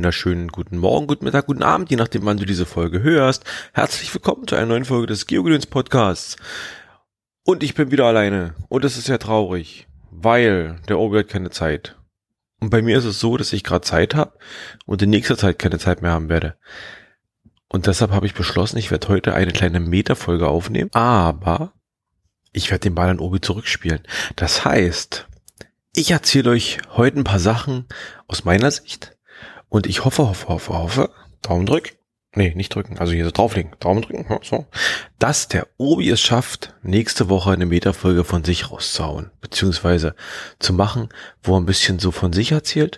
wunderschönen guten Morgen, guten Mittag, guten Abend, je nachdem, wann du diese Folge hörst. Herzlich willkommen zu einer neuen Folge des GeoGedöns Podcasts. Und ich bin wieder alleine. Und das ist ja traurig, weil der Obi hat keine Zeit. Und bei mir ist es so, dass ich gerade Zeit habe und in nächster Zeit keine Zeit mehr haben werde. Und deshalb habe ich beschlossen, ich werde heute eine kleine Meta-Folge aufnehmen, aber ich werde den Ball an Obi zurückspielen. Das heißt, ich erzähle euch heute ein paar Sachen aus meiner Sicht und ich hoffe, Daumen drücken, nicht drücken, also hier so drauflegen, Daumen drücken, so, dass der Obi es schafft, nächste Woche eine Meta-Folge von sich rauszuhauen, beziehungsweise zu machen, wo er ein bisschen so von sich erzählt.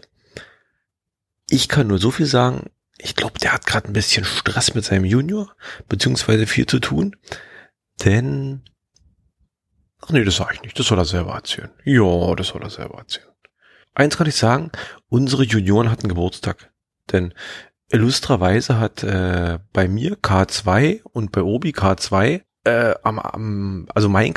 Ich kann nur so viel sagen, ich glaube, der hat gerade ein bisschen Stress mit seinem Junior, beziehungsweise viel zu tun, denn das sage ich nicht. Das soll er selber erzählen. Ja, das soll er selber erzählen. Eins kann ich sagen, unsere Junioren hatten Geburtstag. Denn illustrerweise hat bei mir K2 und bei Obi K2, also mein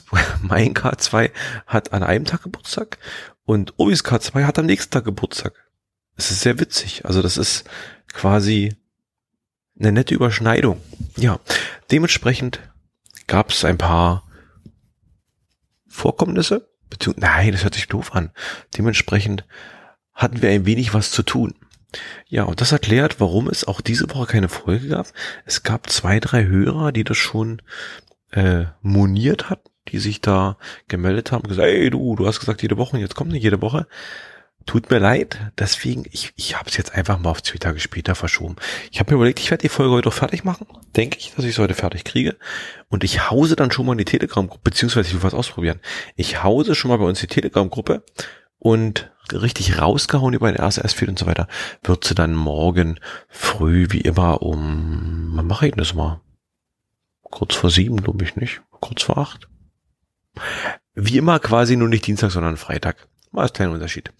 K2 hat an einem Tag Geburtstag und Obis K2 hat am nächsten Tag Geburtstag. Es ist sehr witzig. Also das ist quasi eine nette Überschneidung. Ja, dementsprechend gab es ein paar Vorkommnisse, nein, das hört sich doof an. Dementsprechend hatten wir ein wenig was zu tun. Ja, und das erklärt, warum es auch diese Woche keine Folge gab. Es gab 2, 3 Hörer, die das schon moniert hatten, die sich da gemeldet haben und gesagt, ey du hast gesagt jede Woche und jetzt kommt nicht jede Woche. Tut mir leid, deswegen, ich habe es jetzt einfach mal auf 2 Tage später verschoben. Ich habe mir überlegt, ich werde die Folge heute auch fertig machen. Denke ich, dass ich es heute fertig kriege. Und ich hause dann schon mal in die Telegram-Gruppe, beziehungsweise ich will was ausprobieren. Ich hause schon mal bei uns die Telegram-Gruppe und richtig rausgehauen über den RSS-Feed und so weiter, wird sie dann morgen früh, wie immer, wann mache ich das mal? Kurz vor 7, glaube ich nicht. Kurz vor 8. Wie immer quasi nur nicht Dienstag, sondern Freitag. Mal als kleiner Unterschied.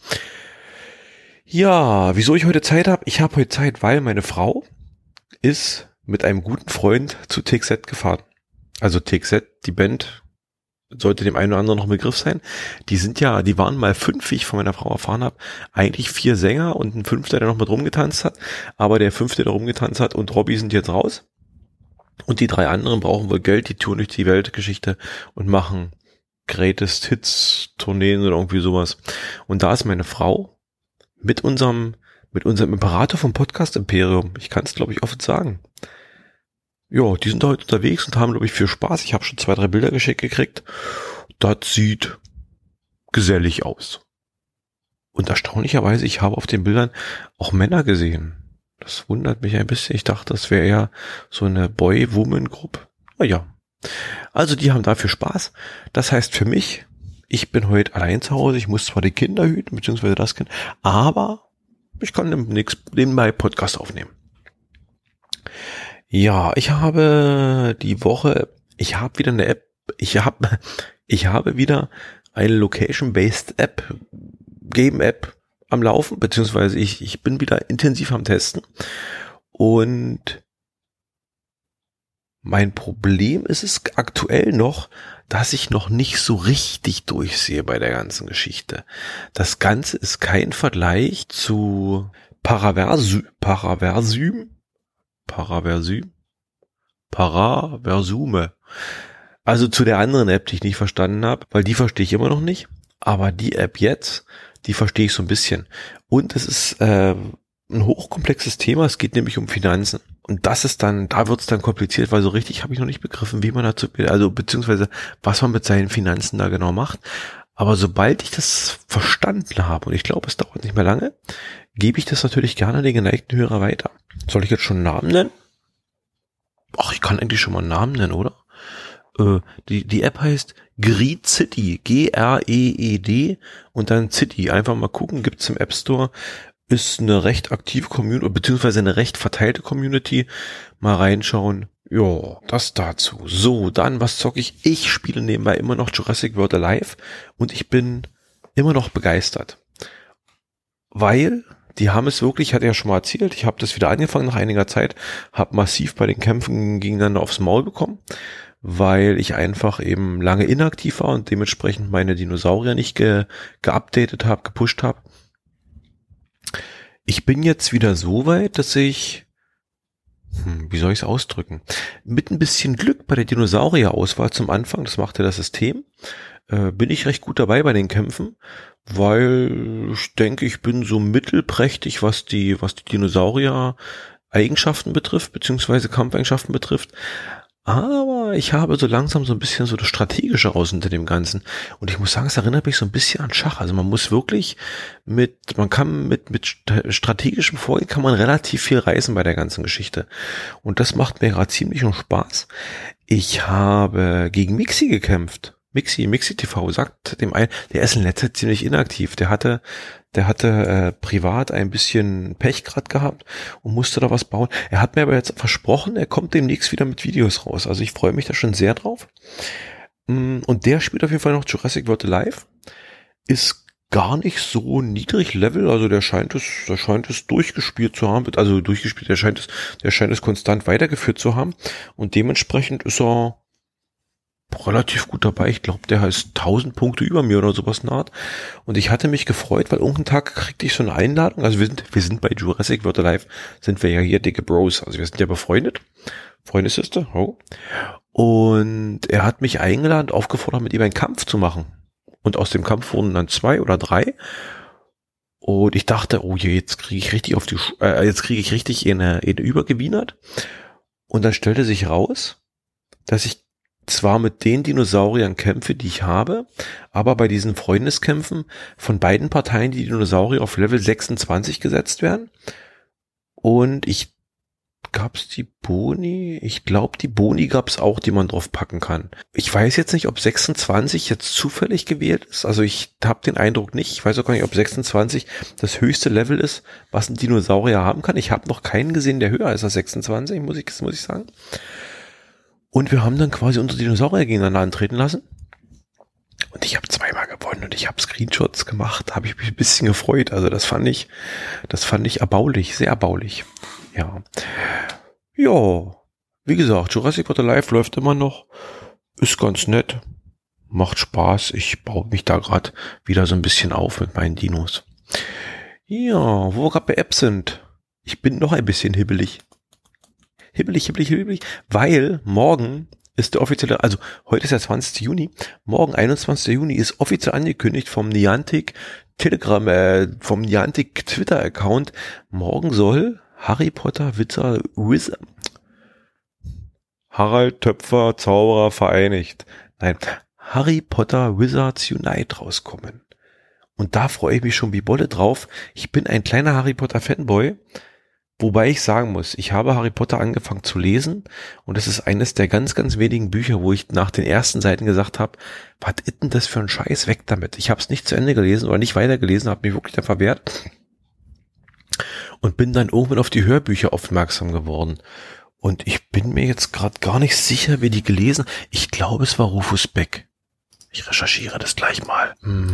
Ja, wieso ich heute Zeit habe? Ich habe heute Zeit, weil meine Frau ist mit einem guten Freund zu TXZ gefahren. Also TXZ, die Band, sollte dem einen oder anderen noch ein Begriff sein. Die waren mal 5, wie ich von meiner Frau erfahren habe. Eigentlich 4 Sänger und ein 5., der noch mit rumgetanzt hat. Aber der 5., der rumgetanzt hat und Robbie sind jetzt raus. Und die 3 anderen brauchen wohl Geld, die touren durch die Weltgeschichte und machen Greatest Hits Tourneen oder irgendwie sowas. Und da ist meine Frau mit unserem Imperator vom Podcast Imperium, ich kann es glaube ich oft sagen. Ja, die sind da heute unterwegs und haben glaube ich viel Spaß. Ich habe schon 2, 3 Bilder geschickt gekriegt. Das sieht gesellig aus. Und erstaunlicherweise, ich habe auf den Bildern auch Männer gesehen. Das wundert mich ein bisschen. Ich dachte, das wäre eher so eine Boy-Woman-Gruppe. Naja. Also die haben dafür Spaß. Das heißt für mich, ich bin heute allein zu Hause. Ich muss zwar die Kinder hüten, beziehungsweise das Kind, aber ich kann nebenbei Podcast aufnehmen. Ja, ich habe wieder eine App. Ich habe wieder eine Location-based App, Game-App am Laufen, beziehungsweise ich bin wieder intensiv am Testen. Und mein Problem ist es aktuell noch, dass ich noch nicht so richtig durchsehe bei der ganzen Geschichte. Das Ganze ist kein Vergleich zu Paraversume. Also zu der anderen App, die ich nicht verstanden habe, weil die verstehe ich immer noch nicht. Aber die App jetzt, die verstehe ich so ein bisschen. Und es ist ein hochkomplexes Thema. Es geht nämlich um Finanzen. Und da wird es dann kompliziert, weil so richtig habe ich noch nicht begriffen, wie man dazu, also beziehungsweise was man mit seinen Finanzen da genau macht. Aber sobald ich das verstanden habe, und ich glaube, es dauert nicht mehr lange, gebe ich das natürlich gerne den geneigten Hörer weiter. Soll ich jetzt schon einen Namen nennen? Ach, ich kann eigentlich schon mal einen Namen nennen, oder? Die App heißt Greed City, G-R-E-E-D und dann City. Einfach mal gucken, gibt's im App Store. Ist eine recht aktive Community, beziehungsweise eine recht verteilte Community. Mal reinschauen. Ja, das dazu. So, dann, was zocke ich? Ich spiele nebenbei immer noch Jurassic World Alive und ich bin immer noch begeistert. Weil, die haben es wirklich, ich hatte ja schon mal erzählt, ich habe das wieder angefangen nach einiger Zeit, habe massiv bei den Kämpfen gegeneinander aufs Maul bekommen, weil ich einfach eben lange inaktiv war und dementsprechend meine Dinosaurier nicht geupdatet habe, gepusht habe. Ich bin jetzt wieder so weit, dass ich, wie soll ich es ausdrücken, mit ein bisschen Glück bei der Dinosaurier-Auswahl zum Anfang, das macht ja das System, bin ich recht gut dabei bei den Kämpfen, weil ich denke, ich bin so mittelprächtig, was die Dinosaurier-Eigenschaften betrifft, beziehungsweise Kampfeigenschaften betrifft. Aber ich habe so langsam so ein bisschen so das Strategische raus hinter dem Ganzen. Und ich muss sagen, es erinnert mich so ein bisschen an Schach. Also man muss wirklich mit strategischem Vorgehen kann man relativ viel reißen bei der ganzen Geschichte. Und das macht mir gerade ziemlich noch Spaß. Ich habe gegen Mixi gekämpft. Mixi TV sagt dem einen, der ist in letzter Zeit ziemlich inaktiv. Der hatte privat ein bisschen Pech gerade gehabt und musste da was bauen. Er hat mir aber jetzt versprochen, er kommt demnächst wieder mit Videos raus. Also ich freue mich da schon sehr drauf. Und der spielt auf jeden Fall noch Jurassic World Alive. Ist gar nicht so niedrig Level, also der scheint es durchgespielt zu haben, also durchgespielt, der scheint es konstant weitergeführt zu haben und dementsprechend ist er relativ gut dabei. Ich glaube, der heißt 1000 Punkte über mir oder sowas in der Art. Und ich hatte mich gefreut, weil irgendeinen Tag kriegte ich so eine Einladung. Also wir sind bei Jurassic World Alive, sind wir ja hier dicke Bros. Also wir sind ja befreundet. Freundesiste. Oh. Und er hat mich eingeladen, aufgefordert, mit ihm einen Kampf zu machen. Und aus dem Kampf wurden dann 2 oder 3. Und ich dachte, oh je, jetzt kriege ich richtig eine übergewienert. Und dann stellte sich raus, dass ich zwar mit den Dinosauriern kämpfe, die ich habe, aber bei diesen Freundeskämpfen von beiden Parteien die Dinosaurier auf Level 26 gesetzt werden. Und gab's die Boni? Ich glaube, die Boni gab's auch, die man drauf packen kann. Ich weiß jetzt nicht, ob 26 jetzt zufällig gewählt ist. Also ich habe den Eindruck nicht. Ich weiß auch gar nicht, ob 26 das höchste Level ist, was ein Dinosaurier haben kann. Ich habe noch keinen gesehen, der höher ist als 26, muss ich sagen. Und wir haben dann quasi unsere Dinosaurier gegeneinander antreten lassen. Und ich habe 2-mal gewonnen und ich habe Screenshots gemacht, habe ich mich ein bisschen gefreut. Also das fand ich erbaulich, sehr erbaulich. Ja. Ja, wie gesagt, Jurassic World Alive läuft immer noch, ist ganz nett, macht Spaß. Ich baue mich da gerade wieder so ein bisschen auf mit meinen Dinos. Ja, wo wir gerade bei Apps sind. Ich bin noch ein bisschen hibbelig, weil morgen ist der offizielle, also heute ist der 20. Juni, morgen 21. Juni ist offiziell angekündigt vom Niantic vom Niantic Twitter-Account, morgen soll Harry Potter Wizard Harald Töpfer Zauberer vereinigt. Nein, Harry Potter Wizards Unite rauskommen. Und da freue ich mich schon wie Bolle drauf. Ich bin ein kleiner Harry Potter Fanboy. Wobei ich sagen muss, ich habe Harry Potter angefangen zu lesen und es ist eines der ganz, ganz wenigen Bücher, wo ich nach den ersten Seiten gesagt habe, was ist denn das für ein Scheiß, weg damit. Ich habe es nicht zu Ende gelesen oder nicht weitergelesen, habe mich wirklich dann verwehrt und bin dann irgendwann auf die Hörbücher aufmerksam geworden. Und ich bin mir jetzt gerade gar nicht sicher, wer die gelesen. Ich glaube, es war Rufus Beck. Ich recherchiere das gleich mal.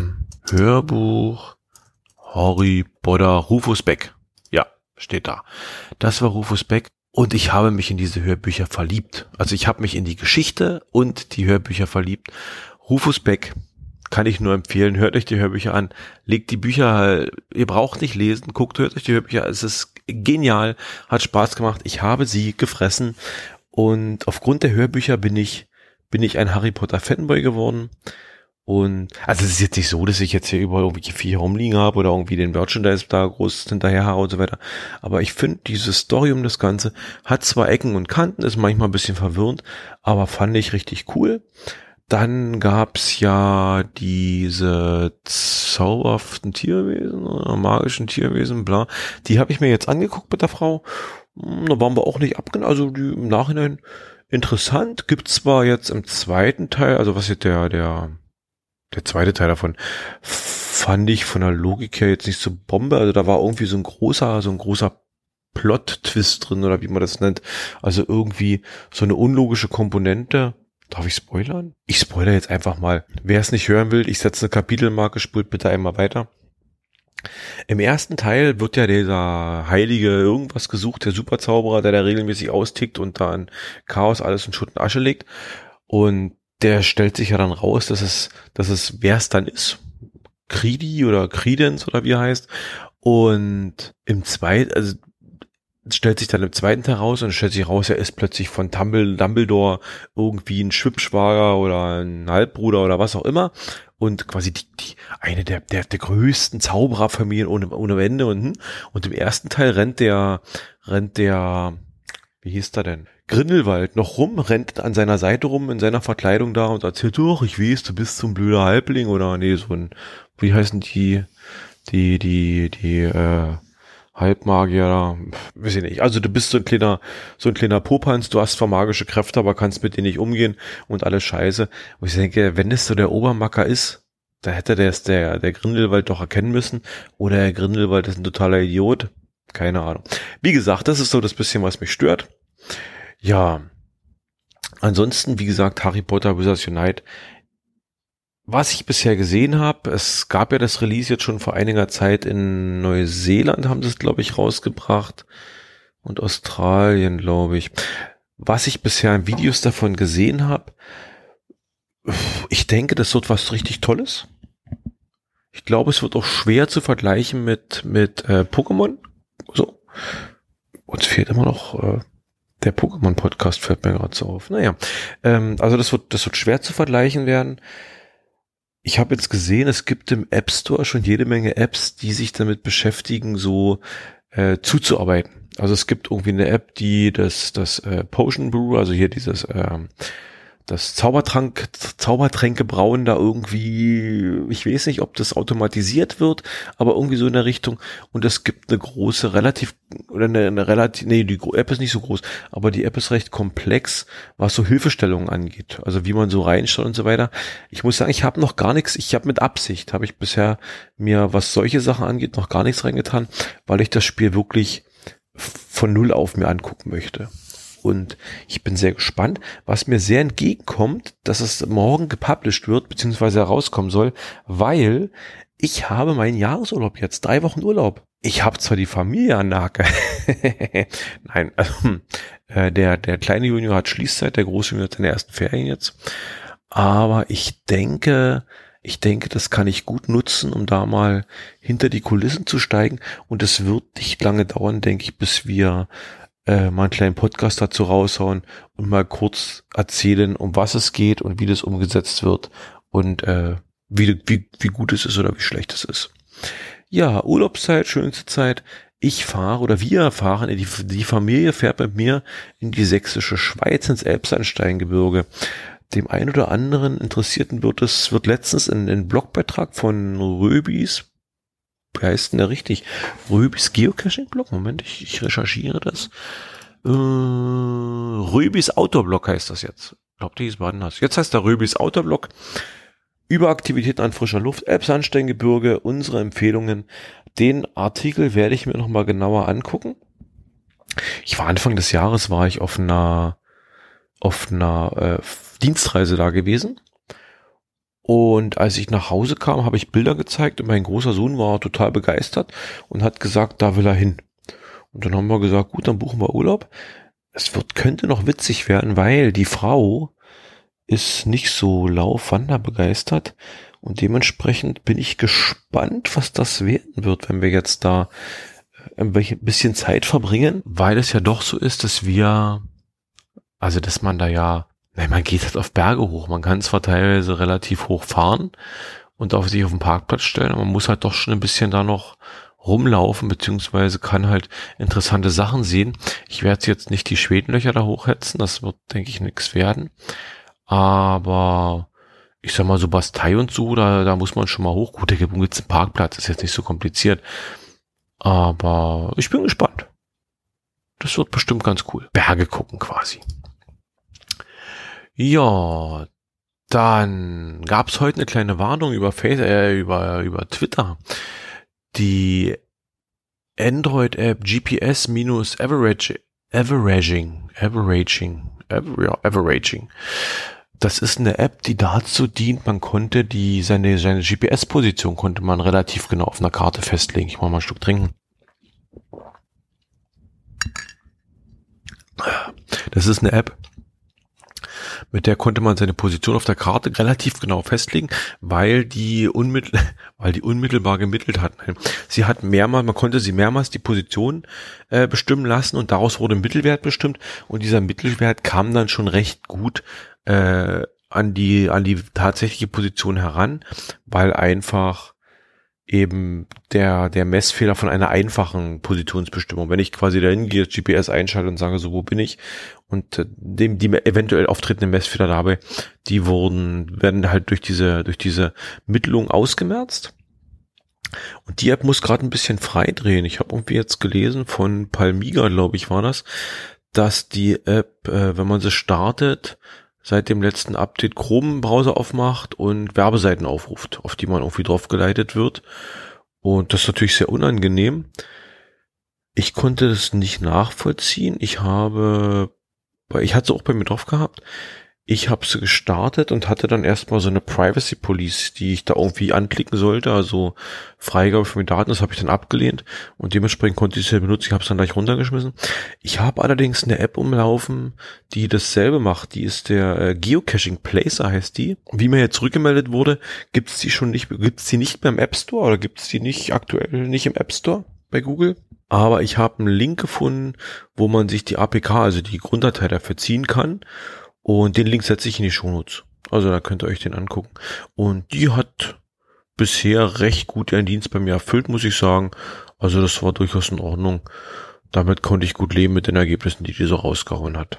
Hörbuch Harry Potter Rufus Beck. Steht da. Das war Rufus Beck und ich habe mich in diese Hörbücher verliebt. Also ich habe mich in die Geschichte und die Hörbücher verliebt. Rufus Beck kann ich nur empfehlen. Hört euch die Hörbücher an. Legt die Bücher, ihr braucht nicht lesen. Hört euch die Hörbücher. Es ist genial. Hat Spaß gemacht. Ich habe sie gefressen und aufgrund der Hörbücher bin ich ein Harry Potter Fanboy geworden. Und, also es ist jetzt nicht so, dass ich jetzt hier überall irgendwelche Viecher rumliegen habe oder irgendwie den Merchandise da groß hinterher habe und so weiter. Aber ich finde, diese Story um das Ganze hat zwar Ecken und Kanten, ist manchmal ein bisschen verwirrend, aber fand ich richtig cool. Dann gab's ja diese zauberhaften Tierwesen oder magischen Tierwesen, bla. Die habe ich mir jetzt angeguckt mit der Frau. Da waren wir auch nicht abgeneigt, also die im Nachhinein interessant. Gibt's zwar jetzt im zweiten Teil, also was jetzt der zweite Teil davon fand ich von der Logik her jetzt nicht so Bombe. Also da war irgendwie so ein großer Plot-Twist drin oder wie man das nennt. Also irgendwie so eine unlogische Komponente. Darf ich spoilern? Ich spoilere jetzt einfach mal. Wer es nicht hören will, ich setze eine Kapitelmarke, spult bitte einmal weiter. Im ersten Teil wird ja dieser heilige irgendwas gesucht, der Superzauberer, der da regelmäßig austickt und da in Chaos alles in Schutt und Asche legt. Und der stellt sich ja dann raus, dass es wer es dann ist, Creedy oder Credence oder wie er heißt. Und also es stellt sich dann im zweiten Teil raus und stellt sich raus, er ist plötzlich von Dumbledore irgendwie ein Schwippschwager oder ein Halbbruder oder was auch immer und quasi eine der größten Zaubererfamilien ohne Ende und im ersten Teil rennt der, wie hieß der denn? Grindelwald noch rum, rennt an seiner Seite rum in seiner Verkleidung da und erzählt, doch, ich weiß, du bist so ein blöder Halbling oder nee, so ein, wie heißen die Halbmagier, weiß ich nicht. Also du bist so ein kleiner Popanz, du hast zwar magische Kräfte, aber kannst mit denen nicht umgehen und alles Scheiße. Und ich denke, wenn es so der Obermacker ist, da hätte der Grindelwald doch erkennen müssen. Oder der Grindelwald ist ein totaler Idiot. Keine Ahnung. Wie gesagt, das ist so das bisschen, was mich stört. Ja. Ansonsten, wie gesagt, Harry Potter Wizards Unite. Was ich bisher gesehen habe, es gab ja das Release jetzt schon vor einiger Zeit in Neuseeland, haben sie es, glaube ich, rausgebracht. Und Australien, glaube ich. Was ich bisher in Videos davon gesehen habe, ich denke, das wird was richtig Tolles. Ich glaube, es wird auch schwer zu vergleichen mit Pokémon. So. Uns fehlt immer noch der Pokémon-Podcast, fällt mir gerade so auf. Naja, also das wird schwer zu vergleichen werden. Ich habe jetzt gesehen, es gibt im App Store schon jede Menge Apps, die sich damit beschäftigen, so zuzuarbeiten. Also es gibt irgendwie eine App, die das Potion Brew, also hier das Zaubertränkebrauen da irgendwie, ich weiß nicht, ob das automatisiert wird, aber irgendwie so in der Richtung. Und es gibt eine große, die App ist nicht so groß, aber die App ist recht komplex, was so Hilfestellungen angeht. Also wie man so reinschaut und so weiter. Ich muss sagen, ich habe noch gar nichts, mit Absicht, habe ich bisher mir, was solche Sachen angeht, noch gar nichts reingetan, weil ich das Spiel wirklich von Null auf mir angucken möchte. Und ich bin sehr gespannt, was mir sehr entgegenkommt, dass es morgen gepublished wird, beziehungsweise herauskommen soll, weil ich habe meinen Jahresurlaub jetzt, 3 Wochen Urlaub. Ich habe zwar die Familie an der Hacke. Nein, der kleine Junior hat Schließzeit, der große Junior hat seine ersten Ferien jetzt. Aber ich denke, das kann ich gut nutzen, um da mal hinter die Kulissen zu steigen. Und es wird nicht lange dauern, denke ich, bis wir mal einen kleinen Podcast dazu raushauen und mal kurz erzählen, um was es geht und wie das umgesetzt wird und wie gut es ist oder wie schlecht es ist. Ja, Urlaubszeit, schönste Zeit. Wir fahren, die Familie fährt mit mir in die sächsische Schweiz, ins Elbsandsteingebirge. Dem einen oder anderen Interessierten wird letztens in Blogbeitrag von Röbis, wie heißt denn der richtig? Röbis Geocaching-Blog? Moment, ich recherchiere das. Röbis Outdoor-Blog heißt das jetzt. Ich glaube, die hieß anders. Jetzt heißt der Röbis Outdoor-Blog. Über Aktivitäten an frischer Luft, Elbsandsteingebirge, unsere Empfehlungen. Den Artikel werde ich mir nochmal genauer angucken. Anfang des Jahres war ich auf einer Dienstreise da gewesen. Und als ich nach Hause kam, habe ich Bilder gezeigt und mein großer Sohn war total begeistert und hat gesagt, da will er hin. Und dann haben wir gesagt, gut, dann buchen wir Urlaub. Könnte noch witzig werden, weil die Frau ist nicht so laufwanderbegeistert und dementsprechend bin ich gespannt, was das werden wird, wenn wir jetzt da ein bisschen Zeit verbringen, weil es ja doch so ist, dass man da ja, man geht halt auf Berge hoch. Man kann zwar teilweise relativ hoch fahren und sich auf den Parkplatz stellen, aber man muss halt doch schon ein bisschen da noch rumlaufen, beziehungsweise kann halt interessante Sachen sehen. Ich werde jetzt nicht die Schwedenlöcher da hochhetzen, das wird, denke ich, nichts werden. Aber ich sag mal, so Bastei und so, da muss man schon mal hoch. Gut, da gibt es einen Parkplatz, ist jetzt nicht so kompliziert. Aber ich bin gespannt. Das wird bestimmt ganz cool. Berge gucken quasi. Ja, dann gab's heute eine kleine Warnung über Twitter. Die Android-App GPS-Averaging. Das ist eine App, die dazu dient, man konnte seine GPS-Position konnte man relativ genau auf einer Karte festlegen. Ich mache mal ein Stück trinken. Das ist eine App, Mit der konnte man seine Position auf der Karte relativ genau festlegen, weil die unmittelbar gemittelt hatten. Sie hat man konnte sie mehrmals die Position bestimmen lassen und daraus wurde ein Mittelwert bestimmt und dieser Mittelwert kam dann schon recht gut an die tatsächliche Position heran, weil einfach eben der Messfehler von einer einfachen Positionsbestimmung, wenn ich quasi dahin gehe, GPS einschalte und sage, so, wo bin ich? Und die eventuell auftretenden Messfehler dabei, die werden halt durch diese Mittelung ausgemerzt. Und die App muss gerade ein bisschen freidrehen. Ich habe irgendwie jetzt gelesen von Palmiga, glaube ich, war das, dass die App, wenn man sie startet, seit dem letzten Update Chrome-Browser aufmacht und Werbeseiten aufruft, auf die man irgendwie drauf geleitet wird. Und das ist natürlich sehr unangenehm. Ich konnte das nicht nachvollziehen. Ich hatte es auch bei mir drauf gehabt. Ich habe sie gestartet und hatte dann erstmal so eine Privacy Police, die ich da irgendwie anklicken sollte, also Freigabe von Daten, das habe ich dann abgelehnt und dementsprechend konnte ich es ja benutzen, ich habe es dann gleich runtergeschmissen. Ich habe allerdings eine App umlaufen, die dasselbe macht, die ist der Geocaching Placer heißt die. Wie mir jetzt zurückgemeldet wurde, gibt's die nicht mehr im App Store oder gibt's die nicht aktuell nicht im App Store bei Google? Aber ich habe einen Link gefunden, wo man sich die APK, also die Grunddatei dafür ziehen kann. Und den Link setze ich in die Shownotes. Also da könnt ihr euch den angucken. Und die hat bisher recht gut ihren Dienst bei mir erfüllt, muss ich sagen. Also das war durchaus in Ordnung. Damit konnte ich gut leben mit den Ergebnissen, die so rausgehauen hat.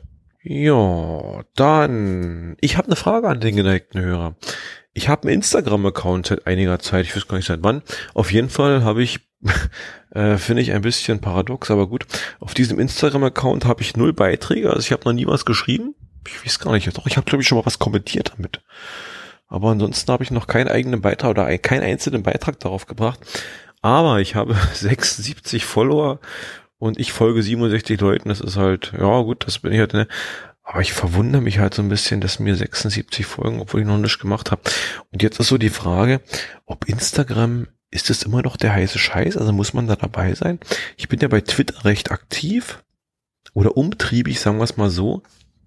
Ja, dann. Ich habe eine Frage an den geneigten Hörer. Ich habe einen Instagram-Account seit einiger Zeit. Ich weiß gar nicht seit wann. Auf jeden Fall habe ich, finde ich ein bisschen paradox, aber gut. Auf diesem Instagram-Account habe ich 0 Beiträge. Also ich habe noch nie was geschrieben. Ich weiß gar nicht. Doch, ich habe, glaube ich, schon mal was kommentiert damit. Aber ansonsten habe ich noch keinen eigenen Beitrag oder keinen einzelnen Beitrag darauf gebracht. Aber ich habe 76 Follower und ich folge 67 Leuten. Das ist halt, ja gut, das bin ich halt, ne? Aber ich verwundere mich halt so ein bisschen, dass mir 76 folgen, obwohl ich noch nichts gemacht habe. Und jetzt ist so die Frage, ob Instagram, ist das immer noch der heiße Scheiß? Also muss man da dabei sein? Ich bin ja bei Twitter recht aktiv oder umtriebig, sagen wir es mal so.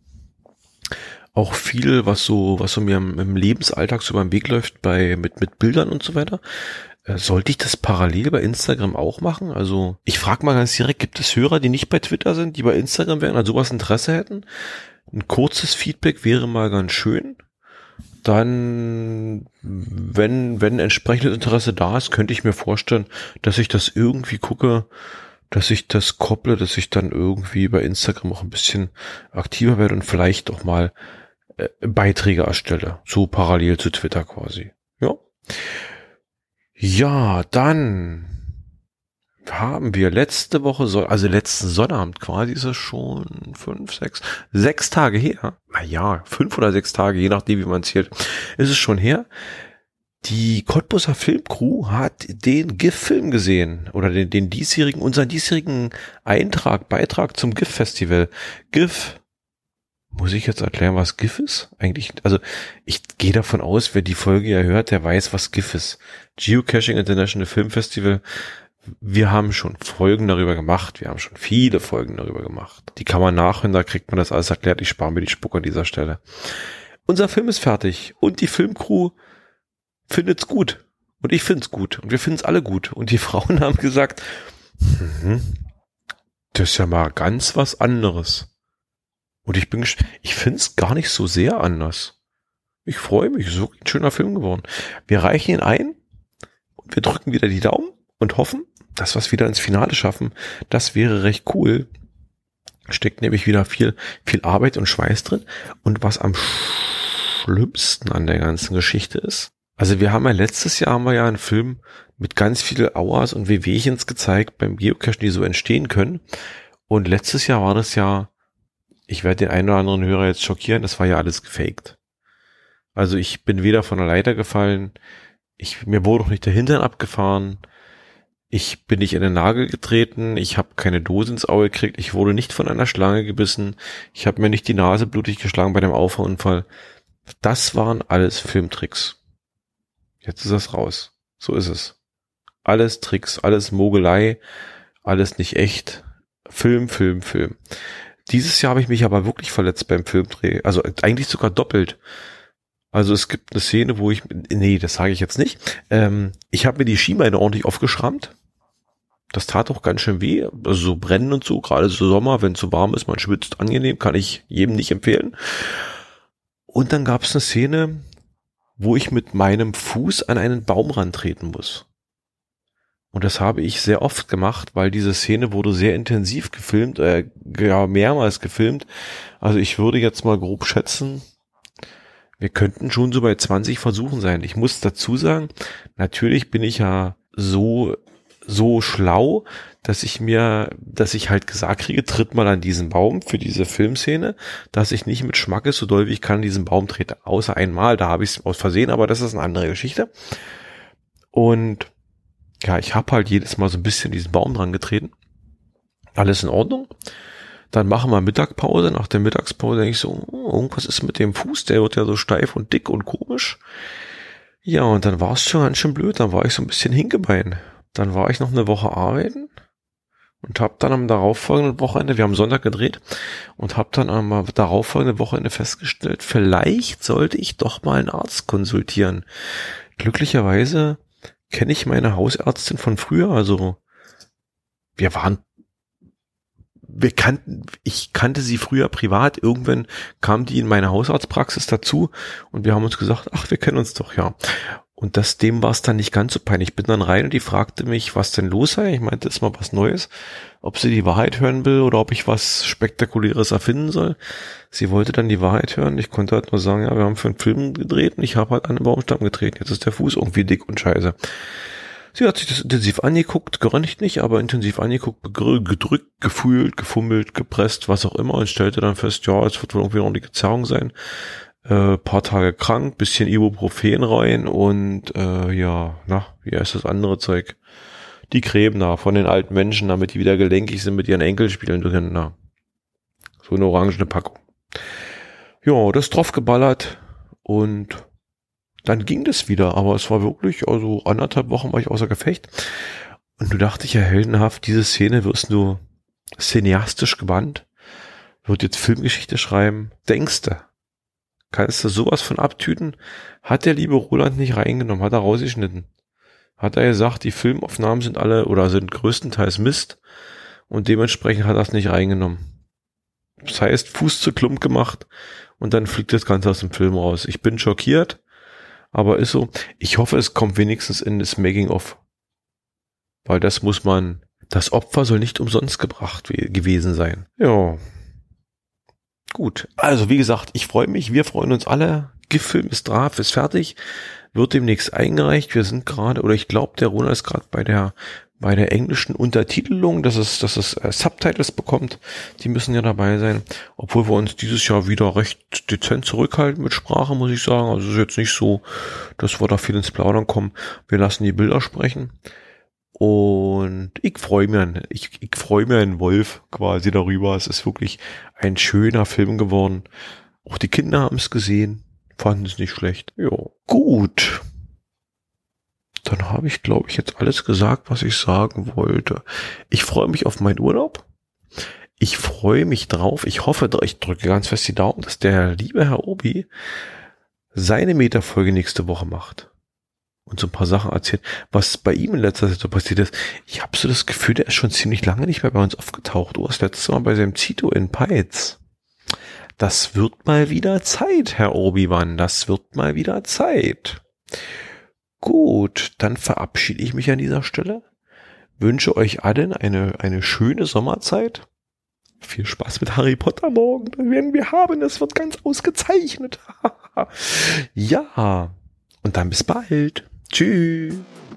Auch viel, was so mir im Lebensalltag so beim Weg läuft, mit Bildern und so weiter. Sollte ich das parallel bei Instagram auch machen? Also ich frage mal ganz direkt, gibt es Hörer, die nicht bei Twitter sind, die bei Instagram wären, an sowas Interesse hätten? Ein kurzes Feedback wäre mal ganz schön. Dann, wenn entsprechendes Interesse da ist, könnte ich mir vorstellen, dass ich das irgendwie gucke, dass ich das kopple, dass ich dann irgendwie bei Instagram auch ein bisschen aktiver werde und vielleicht auch mal Beiträge erstelle, so parallel zu Twitter quasi. Ja. Ja, dann haben wir letzte Woche, also letzten Sonnabend quasi, ist es schon 6 Tage her. Naja, 5 oder 6 Tage, je nachdem, wie man zählt, ist es schon her. Die Cottbuser Filmcrew hat den GIF-Film gesehen oder unseren diesjährigen Beitrag zum GIF-Festival. GIF, muss ich jetzt erklären, was GIF ist? Eigentlich, also ich gehe davon aus, wer die Folge ja hört, der weiß, was GIF ist. Geocaching International Film Festival. Wir haben schon Folgen darüber gemacht. Wir haben schon viele Folgen darüber gemacht. Die kann man nachhören, da kriegt man das alles erklärt. Ich spare mir die Spuck an dieser Stelle. Unser Film ist fertig und die Filmcrew findet's gut. Und ich find's gut. Und wir finden's alle gut. Und die Frauen haben gesagt, das ist ja mal ganz was anderes. Und ich find's gar nicht so sehr anders. Ich freue mich, es ist wirklich ein schöner Film geworden. Wir reichen ihn ein und wir drücken wieder die Daumen und hoffen, dass wir es wieder ins Finale schaffen. Das wäre recht cool. Steckt nämlich wieder viel Arbeit und Schweiß drin. Und was am schlimmsten an der ganzen Geschichte ist, also letztes Jahr haben wir ja einen Film mit ganz viel Auers und Wehwehchens gezeigt beim Geocachen, die so entstehen können. Und letztes Jahr war das ja, ich werde den einen oder anderen Hörer jetzt schockieren, das war ja alles gefaked. Also ich bin weder von der Leiter gefallen, mir wurde auch nicht der Hintern abgefahren, ich bin nicht in den Nagel getreten, ich habe keine Dose ins Auge gekriegt, ich wurde nicht von einer Schlange gebissen, ich habe mir nicht die Nase blutig geschlagen bei dem Auffahrunfall. Das waren alles Filmtricks. Jetzt ist das raus. So ist es. Alles Tricks, alles Mogelei, alles nicht echt. Film. Dieses Jahr habe ich mich aber wirklich verletzt beim Filmdreh. Also eigentlich sogar doppelt. Also es gibt eine Szene, wo das sage ich jetzt nicht. Ich habe mir die Schienbeine ordentlich aufgeschrammt. Das tat auch ganz schön weh. Also so brennen und so, gerade so Sommer, wenn es so warm ist, man schwitzt angenehm, kann ich jedem nicht empfehlen. Und dann gab es eine Szene, wo ich mit meinem Fuß an einen Baumrand treten muss. Und das habe ich sehr oft gemacht, weil diese Szene wurde sehr intensiv gefilmt, mehrmals gefilmt. Also ich würde jetzt mal grob schätzen, wir könnten schon so bei 20 Versuchen sein. Ich muss dazu sagen, natürlich bin ich ja so schlau, dass ich halt gesagt kriege, tritt mal an diesen Baum für diese Filmszene, dass ich nicht mit Schmackes so doll wie ich kann an diesen Baum trete. Außer einmal, da habe ich es aus Versehen, aber das ist eine andere Geschichte. Und ja, ich habe halt jedes Mal so ein bisschen diesen Baum dran getreten. Alles in Ordnung. Dann machen wir Mittagpause. Nach der Mittagspause denke ich so, irgendwas ist mit dem Fuß, der wird ja so steif und dick und komisch. Ja, und dann war es schon ganz schön blöd. Dann war ich so ein bisschen Hinkebein. Dann war ich noch eine Woche arbeiten und habe dann am darauffolgenden Wochenende, wir haben Sonntag gedreht, und habe dann am darauffolgenden Wochenende festgestellt, vielleicht sollte ich doch mal einen Arzt konsultieren. Glücklicherweise kenne ich meine Hausärztin von früher, also ich kannte sie früher privat, irgendwann kam die in meine Hausarztpraxis dazu und wir haben uns gesagt, ach, wir kennen uns doch, ja. Und dem war es dann nicht ganz so peinlich. Ich bin dann rein und die fragte mich, was denn los sei. Ich meinte, ist mal was Neues, ob sie die Wahrheit hören will oder ob ich was Spektakuläres erfinden soll. Sie wollte dann die Wahrheit hören. Ich konnte halt nur sagen, ja, wir haben für einen Film gedreht und ich habe halt an den Baumstamm getreten. Jetzt ist der Fuß irgendwie dick und scheiße. Sie hat sich das intensiv angeguckt, geröntgt nicht, aber intensiv angeguckt, gedrückt, gefühlt, gefummelt, gepresst, was auch immer, und stellte dann fest, ja, es wird wohl irgendwie noch eine Zerrung sein. Paar Tage krank, bisschen Ibuprofen rein und wie heißt das andere Zeug? Die Creme da von den alten Menschen, damit die wieder gelenkig sind mit ihren Enkelspielen drin. Na. So eine orangene Packung. Ja, das drauf geballert und dann ging das wieder, aber es war wirklich, also 1,5 Wochen war ich außer Gefecht. Und du dachte ich ja heldenhaft, diese Szene wirst du cineastisch gebannt, wird jetzt Filmgeschichte schreiben, denkste. Kannst du sowas von abtüten? Hat der liebe Roland nicht reingenommen, hat er rausgeschnitten. Hat er gesagt, die Filmaufnahmen sind alle oder sind größtenteils Mist und dementsprechend hat er es nicht reingenommen. Das heißt, Fuß zu Klump gemacht und dann fliegt das Ganze aus dem Film raus. Ich bin schockiert, aber ist so. Ich hoffe, es kommt wenigstens in das Making-of. Weil das Opfer soll nicht umsonst gewesen sein. Ja. Gut, also wie gesagt, ich freue mich, wir freuen uns alle. GIF-Film ist drauf, ist fertig, wird demnächst eingereicht. Wir sind gerade, oder ich glaube, der Ronald ist gerade bei der englischen Untertitelung, dass es Subtitles bekommt. Die müssen ja dabei sein, obwohl wir uns dieses Jahr wieder recht dezent zurückhalten mit Sprache, muss ich sagen. Also es ist jetzt nicht so, dass wir da viel ins Plaudern kommen. Wir lassen die Bilder sprechen. Und ich freue mich einen Wolf quasi darüber. Es ist wirklich ein schöner Film geworden. Auch die Kinder haben es gesehen, fanden es nicht schlecht. Ja, gut. Dann habe ich, glaube ich, jetzt alles gesagt, was ich sagen wollte. Ich freue mich auf meinen Urlaub. Ich freue mich drauf. Ich hoffe, ich drücke ganz fest die Daumen, dass der liebe Herr Obi seine Meta-Folge nächste Woche macht. Und so ein paar Sachen erzählt, was bei ihm in letzter Zeit so passiert ist. Ich habe so das Gefühl, der ist schon ziemlich lange nicht mehr bei uns aufgetaucht. Das letzte Mal bei seinem Zito in Peitz. Das wird mal wieder Zeit, Herr Obi-Wan. Das wird mal wieder Zeit. Gut, dann verabschiede ich mich an dieser Stelle. Wünsche euch allen eine schöne Sommerzeit. Viel Spaß mit Harry Potter morgen. Das werden wir haben. Es wird ganz ausgezeichnet. Ja. Und dann bis bald. Tschüss.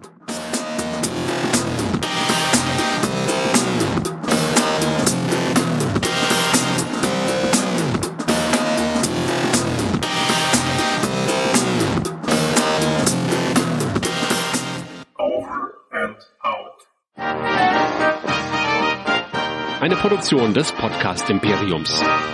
Over and out. Eine Produktion des Podcast Imperiums.